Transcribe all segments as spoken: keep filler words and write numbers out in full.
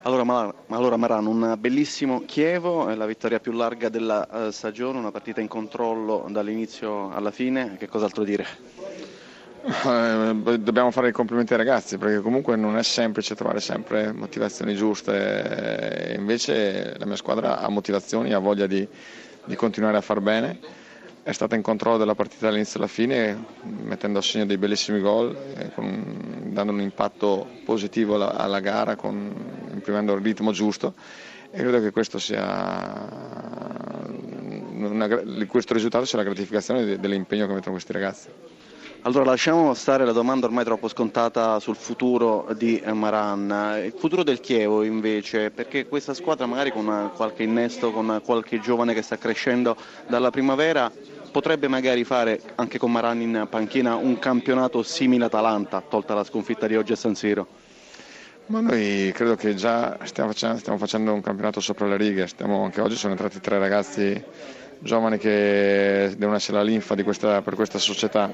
Allora, Mar- allora Maran, un bellissimo Chievo, è la vittoria più larga della eh, stagione, una partita in controllo dall'inizio alla fine, che cos'altro dire? Eh, Dobbiamo fare i complimenti ai ragazzi perché comunque non è semplice trovare sempre motivazioni giuste, e invece la mia squadra ha motivazioni, ha voglia di, di continuare a far bene, è stata in controllo della partita dall'inizio alla fine, mettendo a segno dei bellissimi gol, eh, con- dando un impatto positivo alla, alla gara, con, imprimendo il ritmo giusto, e credo che questo sia una gra- questo risultato sia la gratificazione de- dell'impegno che mettono questi ragazzi. Allora, lasciamo stare la domanda ormai troppo scontata sul futuro di eh, Maran. Il futuro del Chievo invece, perché questa squadra magari con eh, qualche innesto, con qualche giovane che sta crescendo dalla primavera, potrebbe magari fare anche con Maran in panchina un campionato simile Atalanta, tolta la sconfitta di oggi a San Siro. Ma noi credo che già stiamo facendo, stiamo facendo un campionato sopra le righe. Stiamo, anche oggi sono entrati tre ragazzi giovani che devono essere la linfa di questa, per questa società.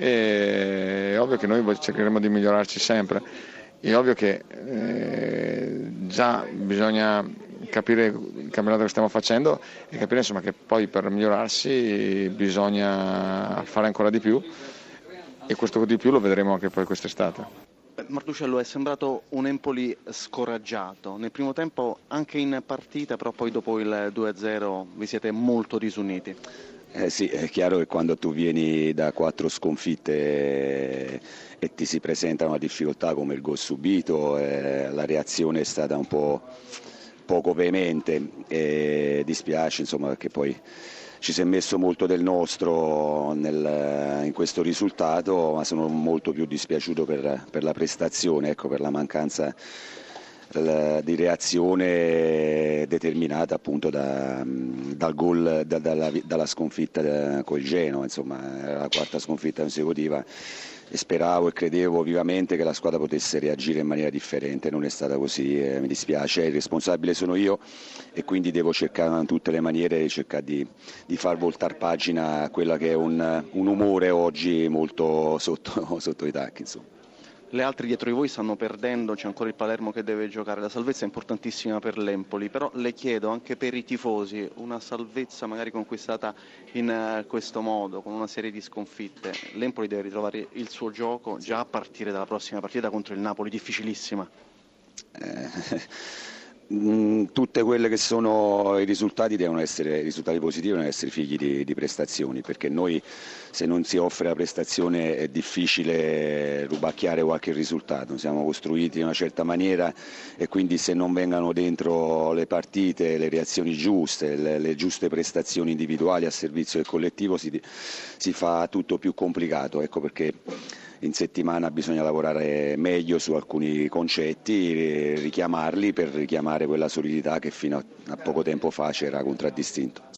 E è ovvio che noi cercheremo di migliorarci sempre. È ovvio che eh, già bisogna capire il campionato che stiamo facendo e capire insomma, che poi per migliorarsi bisogna fare ancora di più, e questo di più lo vedremo anche poi quest'estate. Beh, Martuscello, è sembrato un Empoli scoraggiato. Nel primo tempo anche in partita, però poi dopo il due a zero vi siete molto risuniti. Eh sì, è chiaro che quando tu vieni da quattro sconfitte eh, e ti si presenta una difficoltà come il gol subito, eh, la reazione è stata un po' poco veemente e dispiace insomma, perché poi ci si è messo molto del nostro nel- in questo risultato, ma sono molto più dispiaciuto per, per la prestazione, ecco, per la mancanza l- di reazione determinata appunto da- dal gol, da- dalla, dalla sconfitta da- col Genoa, insomma, era la quarta sconfitta consecutiva e speravo e credevo vivamente che la squadra potesse reagire in maniera differente, non è stata così, eh, mi dispiace, il responsabile sono io e quindi devo cercare in tutte le maniere di cercare di, di far voltare pagina a quella che è un, un umore oggi molto sotto, sotto i tacchi, insomma. Le altre dietro di voi stanno perdendo, c'è ancora il Palermo che deve giocare. La salvezza è importantissima per l'Empoli, però le chiedo anche per i tifosi una salvezza magari conquistata in eh, questo modo, con una serie di sconfitte. L'Empoli deve ritrovare il suo gioco già a partire dalla prossima partita contro il Napoli, difficilissima. Eh, mm, tutte quelle che sono i risultati devono essere, i risultati positivi devono essere figli di, di prestazioni, perché noi se non si offre la prestazione è difficile rubacchiare qualche risultato, siamo costruiti in una certa maniera e quindi se non vengano dentro le partite, le reazioni giuste, le, le giuste prestazioni individuali a servizio del collettivo si, si fa tutto più complicato, ecco perché in settimana bisogna lavorare meglio su alcuni concetti, richiamarli per richiamare quella solidità che fino a poco tempo fa c'era contraddistinto.